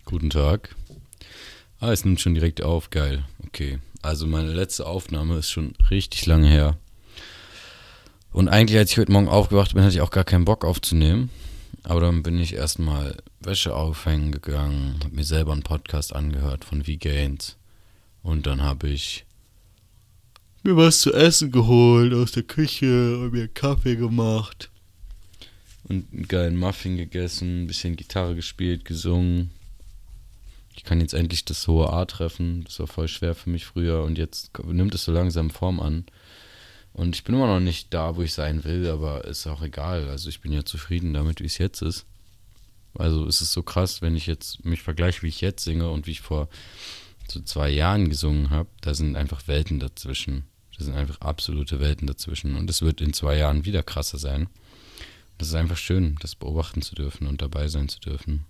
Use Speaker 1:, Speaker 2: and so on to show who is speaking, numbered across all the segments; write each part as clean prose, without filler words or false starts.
Speaker 1: Guten Tag. Es nimmt schon direkt auf, geil. Okay, also meine letzte Aufnahme ist schon richtig lange her. Und eigentlich, als ich heute Morgen aufgewacht bin, hatte ich auch gar keinen Bock aufzunehmen. Aber dann bin ich erstmal Wäsche aufhängen gegangen, habe mir selber einen Podcast angehört von V-Gains. Und dann habe ich mir was zu essen geholt aus der Küche und mir einen Kaffee gemacht. Und einen geilen Muffin gegessen, ein bisschen Gitarre gespielt, gesungen. Ich kann jetzt endlich das hohe A treffen. Das war voll schwer für mich früher und jetzt nimmt es so langsam Form an. Und ich bin immer noch nicht da, wo ich sein will, aber ist auch egal. Also ich bin ja zufrieden damit, wie es jetzt ist. Also es ist so krass, wenn ich jetzt mich vergleiche, wie ich jetzt singe und wie ich vor so 2 Jahren gesungen habe. Da sind einfach Welten dazwischen. Da sind einfach absolute Welten dazwischen. Und es wird in 2 Jahren wieder krasser sein. Das ist einfach schön, das beobachten zu dürfen und dabei sein zu dürfen.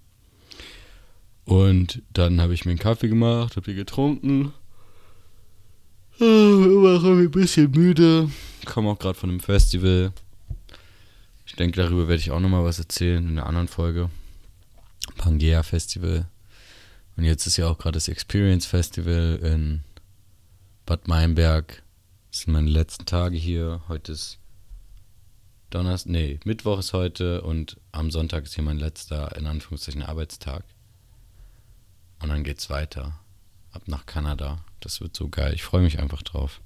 Speaker 1: Und dann habe ich mir einen Kaffee gemacht, habe ihn getrunken. Immer noch ein bisschen müde. Komme auch gerade von einem Festival. Ich denke, darüber werde ich auch nochmal was erzählen in einer anderen Folge. Pangea Festival. Und jetzt ist ja auch gerade das Experience Festival in Bad Meinberg. Das sind meine letzten Tage hier. Heute ist Mittwoch ist heute und am Sonntag ist hier mein letzter, in Anführungszeichen, Arbeitstag. Und dann geht's weiter. Ab nach Kanada. Das wird so geil. Ich freue mich einfach drauf.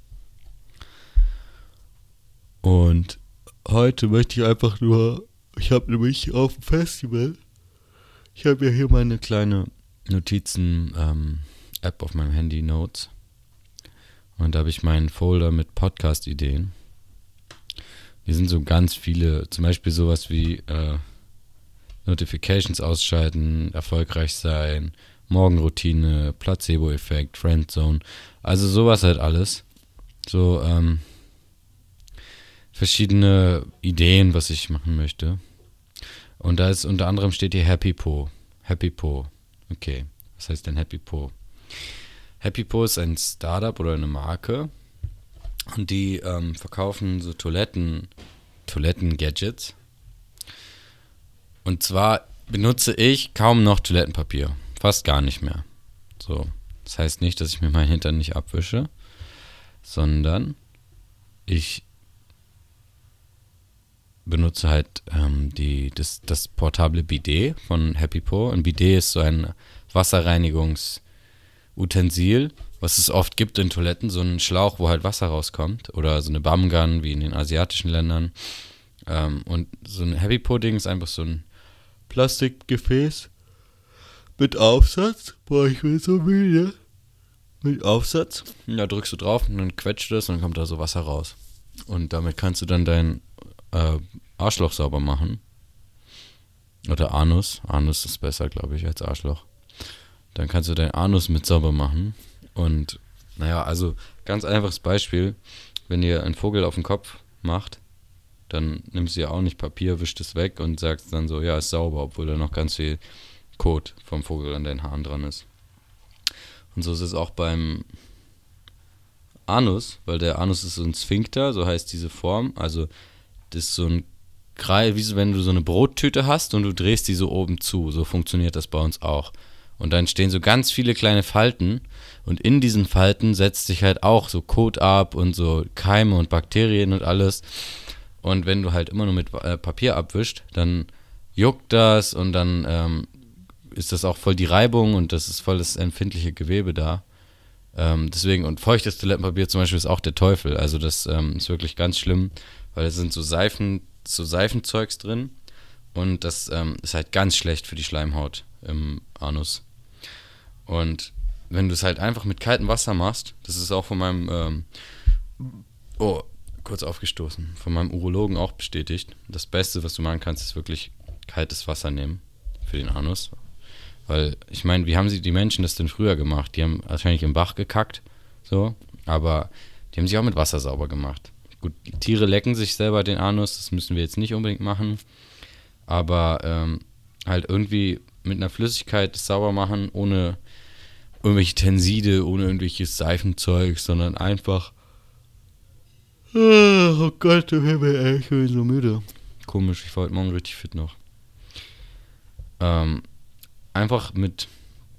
Speaker 1: Und heute möchte ich einfach nur, ich habe nämlich auf dem Festival, ich habe ja hier meine kleine Notizen-App auf meinem Handy, Notes. Und da habe ich meinen Folder mit Podcast-Ideen. Hier sind so ganz viele, zum Beispiel sowas wie Notifications ausschalten, erfolgreich sein, Morgenroutine, Placebo-Effekt, Friendzone, also sowas halt alles. So verschiedene Ideen, was ich machen möchte. Und da ist unter anderem steht hier Happy Po. Happy Po. Okay, was heißt denn Happy Po? Happy Po ist ein Startup oder eine Marke. Und die verkaufen so Toiletten-Gadgets. Und zwar benutze ich kaum noch Toilettenpapier. Fast gar nicht mehr. So. Das heißt nicht, dass ich mir meinen Hintern nicht abwische, sondern ich benutze halt das portable Bidet von Happy Po. Ein Bidet ist so ein Wasserreinigungsutensil, was es oft gibt in Toiletten, so ein Schlauch, wo halt Wasser rauskommt, oder so eine Bumgun, wie in den asiatischen Ländern. Und so ein Happy Po-Ding ist einfach so ein Plastikgefäß mit Aufsatz. Boah, ich bin so müde. Mit Aufsatz. Da drückst du drauf und dann quetscht du das und dann kommt da so Wasser raus. Und damit kannst du dann dein Arschloch sauber machen. Oder Anus. Anus ist besser, glaube ich, als Arschloch. Dann kannst du dein Anus mit sauber machen. Und naja, also ganz einfaches Beispiel, wenn ihr einen Vogel auf den Kopf macht, dann nimmst du ja auch nicht Papier, wischt es weg und sagst dann so, ja, ist sauber, obwohl da noch ganz viel Kot vom Vogel an deinen Haaren dran ist. Und so ist es auch beim Anus, weil der Anus ist so ein Sphinkter, so heißt diese Form, also das ist so ein Kreis, wie so, wenn du so eine Brottüte hast und du drehst die so oben zu, so funktioniert das bei uns auch. Und dann stehen so ganz viele kleine Falten und in diesen Falten setzt sich halt auch so Kot ab und so Keime und Bakterien und alles. Und wenn du halt immer nur mit Papier abwischt, dann juckt das und dann ist das auch voll die Reibung und das ist voll das empfindliche Gewebe da. Deswegen, und feuchtes Toilettenpapier zum Beispiel ist auch der Teufel. Also das ist wirklich ganz schlimm, weil da sind so Seifenzeugs drin und das ist halt ganz schlecht für die Schleimhaut im Anus. Und wenn du es halt einfach mit kaltem Wasser machst, das ist auch von meinem kurz aufgestoßen, von meinem Urologen auch bestätigt. Das Beste, was du machen kannst, ist wirklich kaltes Wasser nehmen für den Anus. Weil, ich meine, wie haben die Menschen das denn früher gemacht? Die haben wahrscheinlich im Bach gekackt, so, aber die haben sich auch mit Wasser sauber gemacht. Gut, Tiere lecken sich selber den Anus, das müssen wir jetzt nicht unbedingt machen, aber halt irgendwie mit einer Flüssigkeit das sauber machen, ohne irgendwelche Tenside, ohne irgendwelches Seifenzeug, sondern einfach. Oh Gott, du Himmel, ey, ich bin so müde. Komisch, ich war heute Morgen richtig fit noch. Einfach mit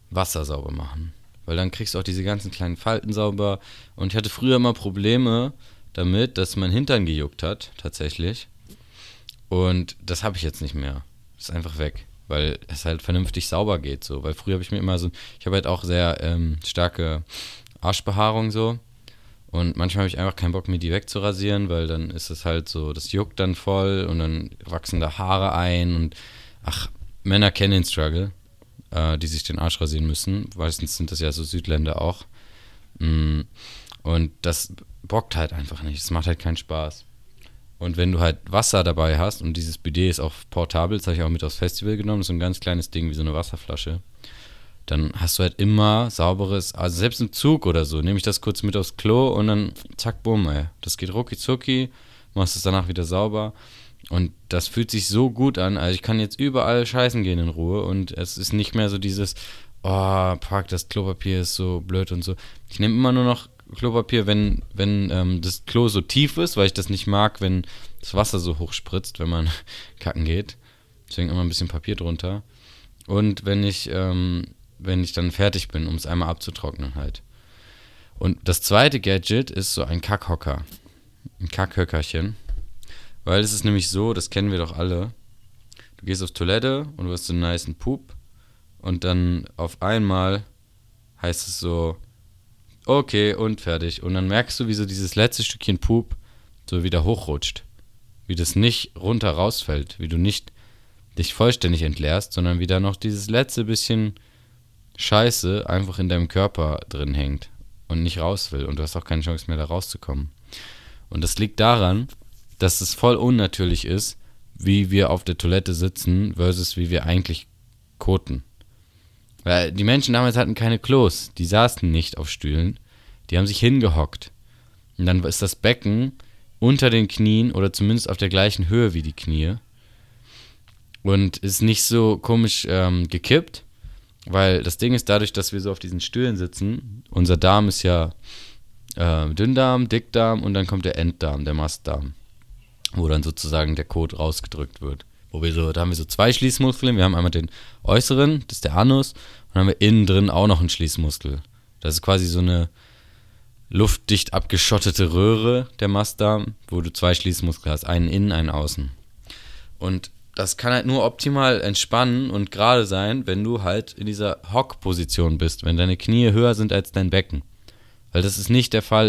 Speaker 1: Wasser sauber machen. Weil dann kriegst du auch diese ganzen kleinen Falten sauber. Und ich hatte früher immer Probleme damit, dass mein Hintern gejuckt hat, tatsächlich. Und das habe ich jetzt nicht mehr. Ist einfach weg. Weil es halt vernünftig sauber geht. So. Weil früher habe ich mir immer so, ich habe halt auch sehr starke Arschbehaarung so. Und manchmal habe ich einfach keinen Bock, mir die wegzurasieren, weil dann ist es halt so, das juckt dann voll und dann wachsen da Haare ein und Männer kennen den Struggle, die sich den Arsch rasieren müssen. Meistens sind das ja so Südländer auch. Und das bockt halt einfach nicht. Es macht halt keinen Spaß. Und wenn du halt Wasser dabei hast, und dieses Bidet ist auch portabel, das habe ich auch mit aufs Festival genommen, das ist so ein ganz kleines Ding wie so eine Wasserflasche, dann hast du halt immer sauberes, also selbst im Zug oder so, nehme ich das kurz mit aufs Klo und dann zack, bumm, ey. Das geht rucki zucki, machst es danach wieder sauber und das fühlt sich so gut an, also ich kann jetzt überall scheißen gehen in Ruhe und es ist nicht mehr so dieses, oh, fuck, das Klopapier ist so blöd und so. Ich nehme immer nur noch Klopapier, wenn das Klo so tief ist, weil ich das nicht mag, wenn das Wasser so hoch spritzt, wenn man kacken geht. Deswegen immer ein bisschen Papier drunter. Und wenn ich dann fertig bin, um es einmal abzutrocknen halt. Und das zweite Gadget ist so ein Kackhocker. Ein Kackhöckerchen. Weil es ist nämlich so, das kennen wir doch alle. Du gehst auf Toilette und du hast so einen nicen Pup. Und dann auf einmal heißt es so, okay, und fertig. Und dann merkst du, wie so dieses letzte Stückchen Pup so wieder hochrutscht. Wie das nicht runter rausfällt. Wie du nicht dich vollständig entleerst, sondern wie da noch dieses letzte bisschen Scheiße einfach in deinem Körper drin hängt und nicht raus will. Und du hast auch keine Chance mehr, da rauszukommen. Und das liegt daran, dass es voll unnatürlich ist, wie wir auf der Toilette sitzen versus wie wir eigentlich koten. Weil die Menschen damals hatten keine Klos, die saßen nicht auf Stühlen, die haben sich hingehockt. Und dann ist das Becken unter den Knien oder zumindest auf der gleichen Höhe wie die Knie und ist nicht so komisch gekippt, weil das Ding ist, dadurch, dass wir so auf diesen Stühlen sitzen, unser Darm ist ja Dünndarm, Dickdarm und dann kommt der Enddarm, der Mastdarm, wo dann sozusagen der Kot rausgedrückt wird. Da haben wir so zwei Schließmuskeln. Wir haben einmal den äußeren, das ist der Anus, und dann haben wir innen drin auch noch einen Schließmuskel. Das ist quasi so eine luftdicht abgeschottete Röhre, der Mastdarm, wo du zwei Schließmuskeln hast, einen innen, einen außen. Und das kann halt nur optimal entspannen und gerade sein, wenn du halt in dieser Hockposition bist, wenn deine Knie höher sind als dein Becken. Weil das ist nicht der Fall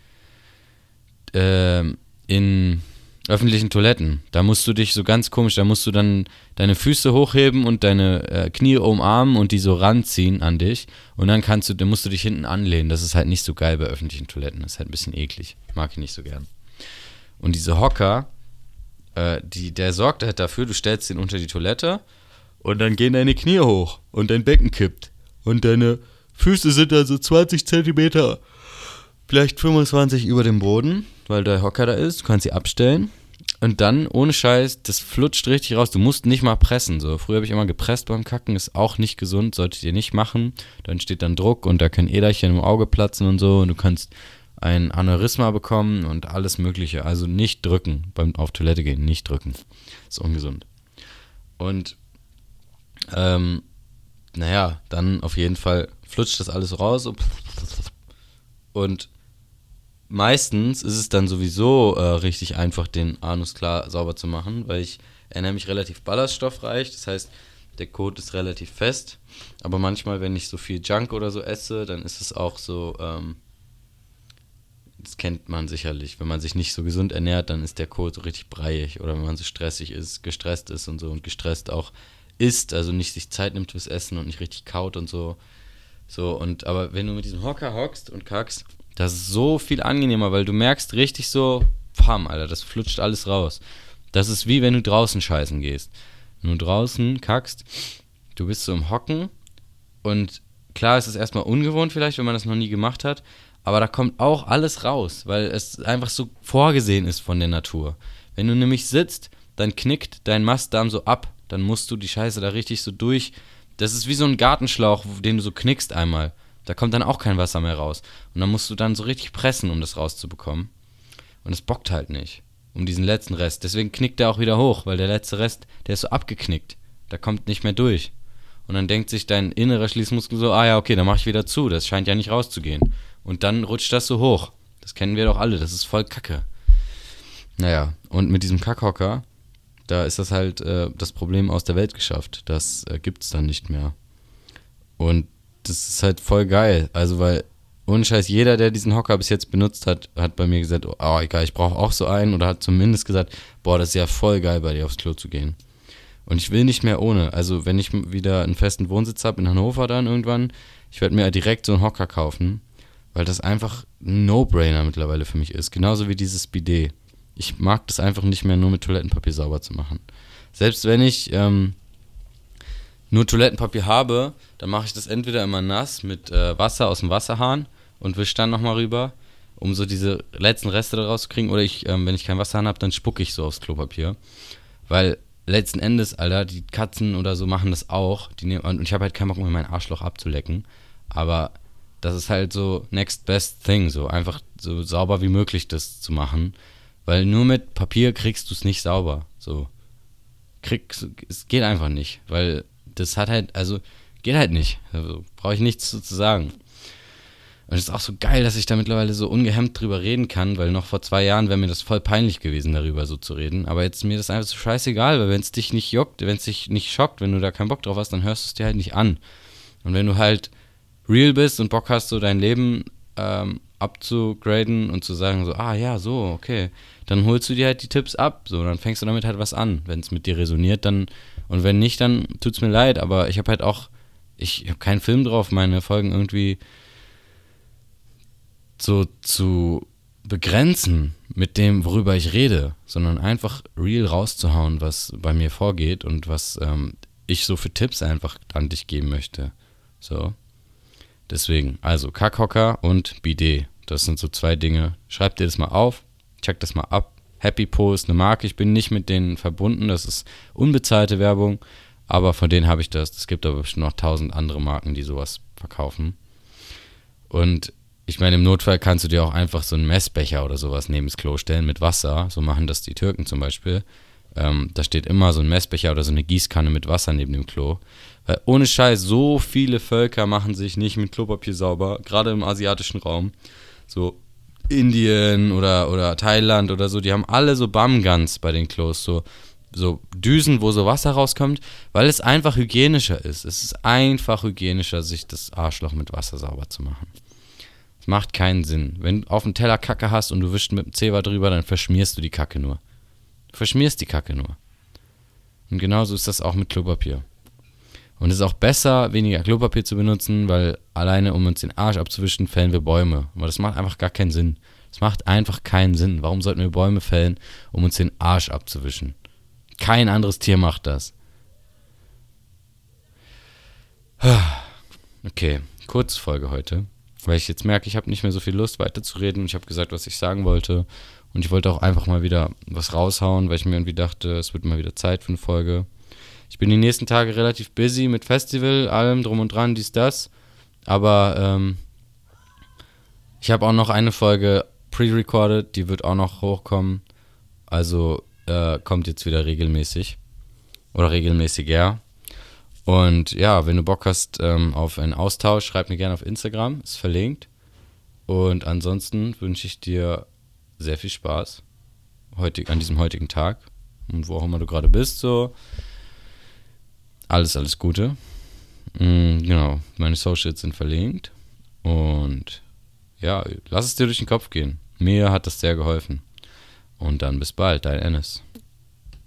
Speaker 1: in öffentlichen Toiletten. Da musst du dich so ganz komisch, da musst du dann deine Füße hochheben und deine Knie umarmen und die so ranziehen an dich und dann musst du dich hinten anlehnen. Das ist halt nicht so geil bei öffentlichen Toiletten. Das ist halt ein bisschen eklig. Mag ich nicht so gern. Und diese Hocker, der sorgt halt dafür, du stellst den unter die Toilette und dann gehen deine Knie hoch und dein Becken kippt. Und deine Füße sind dann so 20 Zentimeter, vielleicht 25 über dem Boden, weil der Hocker da ist. Du kannst sie abstellen. Und dann, ohne Scheiß, das flutscht richtig raus. Du musst nicht mal pressen. So. Früher habe ich immer gepresst beim Kacken. Ist auch nicht gesund, solltet ihr nicht machen. Da entsteht dann Druck und da können Äderchen im Auge platzen und so. Und du kannst ein Aneurysma bekommen und alles Mögliche. Also nicht drücken. Beim auf Toilette gehen, nicht drücken. Ist ungesund. Und, dann auf jeden Fall flutscht das alles raus. Und meistens ist es dann sowieso richtig einfach, den Anus klar sauber zu machen, weil ich ernähre mich relativ ballaststoffreich, das heißt, der Kot ist relativ fest, aber manchmal, wenn ich so viel Junk oder so esse, dann ist es auch so, das kennt man sicherlich, wenn man sich nicht so gesund ernährt, dann ist der Kot so richtig breiig oder wenn man so gestresst ist und so und gestresst auch isst, also nicht sich Zeit nimmt fürs Essen und nicht richtig kaut und so, aber wenn du mit diesem Hocker hockst und kackst, das ist so viel angenehmer, weil du merkst richtig so, pam, Alter, das flutscht alles raus. Das ist wie wenn du draußen scheißen gehst. Wenn du draußen kackst, du bist so im Hocken und klar ist es erstmal ungewohnt vielleicht, wenn man das noch nie gemacht hat, aber da kommt auch alles raus, weil es einfach so vorgesehen ist von der Natur. Wenn du nämlich sitzt, dann knickt dein Mastdarm so ab, dann musst du die Scheiße da richtig so durch. Das ist wie so ein Gartenschlauch, den du so knickst einmal. Da kommt dann auch kein Wasser mehr raus. Und dann musst du dann so richtig pressen, um das rauszubekommen. Und es bockt halt nicht. Um diesen letzten Rest. Deswegen knickt der auch wieder hoch, weil der letzte Rest, der ist so abgeknickt. Da kommt nicht mehr durch. und dann denkt sich dein innerer Schließmuskel so, ja, okay, dann mache ich wieder zu, das scheint ja nicht rauszugehen. Und dann rutscht das so hoch. Das kennen wir doch alle, das ist voll Kacke. Naja, und mit diesem Kackhocker, da ist das halt das Problem aus der Welt geschafft. Das gibt's dann nicht mehr. Und das ist halt voll geil. Also, weil, ohne Scheiß, jeder, der diesen Hocker bis jetzt benutzt hat, hat bei mir gesagt, oh, egal, ich brauche auch so einen. Oder hat zumindest gesagt, boah, das ist ja voll geil, bei dir aufs Klo zu gehen. Und ich will nicht mehr ohne. Also, wenn ich wieder einen festen Wohnsitz habe in Hannover dann irgendwann, ich werde mir direkt so einen Hocker kaufen, weil das einfach ein No-Brainer mittlerweile für mich ist. Genauso wie dieses Bidet. Ich mag das einfach nicht mehr, nur mit Toilettenpapier sauber zu machen. Selbst wenn ich nur Toilettenpapier habe, dann mache ich das entweder immer nass mit Wasser aus dem Wasserhahn und wische dann nochmal rüber, um so diese letzten Reste da rauszukriegen. Oder wenn ich kein Wasserhahn habe, dann spucke ich so aufs Klopapier. Weil letzten Endes, Alter, die Katzen oder so machen das auch. Und ich habe halt keinen Bock mehr, mein Arschloch abzulecken. Aber das ist halt so next best thing, so einfach so sauber wie möglich das zu machen. Weil nur mit Papier kriegst du es nicht sauber. So. Es geht einfach nicht. Weil das hat halt, also, geht halt nicht. Also, brauche ich nichts zu sagen. Und es ist auch so geil, dass ich da mittlerweile so ungehemmt drüber reden kann, weil noch vor 2 Jahren wäre mir das voll peinlich gewesen, darüber so zu reden. Aber jetzt ist mir das einfach so scheißegal, weil wenn es dich nicht juckt, wenn es dich nicht schockt, wenn du da keinen Bock drauf hast, dann hörst du es dir halt nicht an. Und wenn du halt real bist und Bock hast, so dein Leben abzugraden und zu sagen so, ja, so, okay, dann holst du dir halt die Tipps ab, so, dann fängst du damit halt was an. Wenn es mit dir resoniert, dann, und wenn nicht, dann tut's mir leid, aber ich habe keinen Film drauf, meine Folgen irgendwie so zu begrenzen mit dem, worüber ich rede, sondern einfach real rauszuhauen, was bei mir vorgeht und was ich so für Tipps einfach an dich geben möchte. So. Deswegen, also Kackhocker und Bidet. Das sind so 2 Dinge. Schreib dir das mal auf, check das mal ab. Happy Post, eine Marke, ich bin nicht mit denen verbunden, das ist unbezahlte Werbung, aber von denen habe ich das. Es gibt aber bestimmt noch 1000 andere Marken, die sowas verkaufen. Und ich meine, im Notfall kannst du dir auch einfach so einen Messbecher oder sowas neben das Klo stellen mit Wasser. So machen das die Türken zum Beispiel. Da steht immer so ein Messbecher oder so eine Gießkanne mit Wasser neben dem Klo. Weil ohne Scheiß, so viele Völker machen sich nicht mit Klopapier sauber, gerade im asiatischen Raum. So Indien oder Thailand oder so, die haben alle so Bumguns bei den Klos, so Düsen, wo so Wasser rauskommt, weil es einfach hygienischer ist. Es ist einfach hygienischer, sich das Arschloch mit Wasser sauber zu machen. Es macht keinen Sinn. Wenn du auf dem Teller Kacke hast und du wischst mit dem Zewa drüber, dann verschmierst du die Kacke nur. Du verschmierst die Kacke nur. Und genauso ist das auch mit Klopapier. Und es ist auch besser, weniger Klopapier zu benutzen, weil alleine, um uns den Arsch abzuwischen, fällen wir Bäume. Aber das macht einfach gar keinen Sinn. Das macht einfach keinen Sinn. Warum sollten wir Bäume fällen, um uns den Arsch abzuwischen? Kein anderes Tier macht das. Okay, kurze Folge heute. Weil ich jetzt merke, ich habe nicht mehr so viel Lust weiterzureden. Ich habe gesagt, was ich sagen wollte. Und ich wollte auch einfach mal wieder was raushauen, weil ich mir irgendwie dachte, es wird mal wieder Zeit für eine Folge. Ich bin die nächsten Tage relativ busy mit Festival, allem drum und dran, dies, das. Aber ich habe auch noch eine Folge pre-recorded, die wird auch noch hochkommen. Also kommt jetzt wieder regelmäßig. Oder regelmäßiger. Und ja, wenn du Bock hast auf einen Austausch, schreib mir gerne auf Instagram, ist verlinkt. Und ansonsten wünsche ich dir sehr viel Spaß an diesem heutigen Tag. Und wo auch immer du gerade bist, so. Alles Gute. Genau, meine Socials sind verlinkt. Und ja, lass es dir durch den Kopf gehen. Mir hat das sehr geholfen. Und dann bis bald, dein Enes.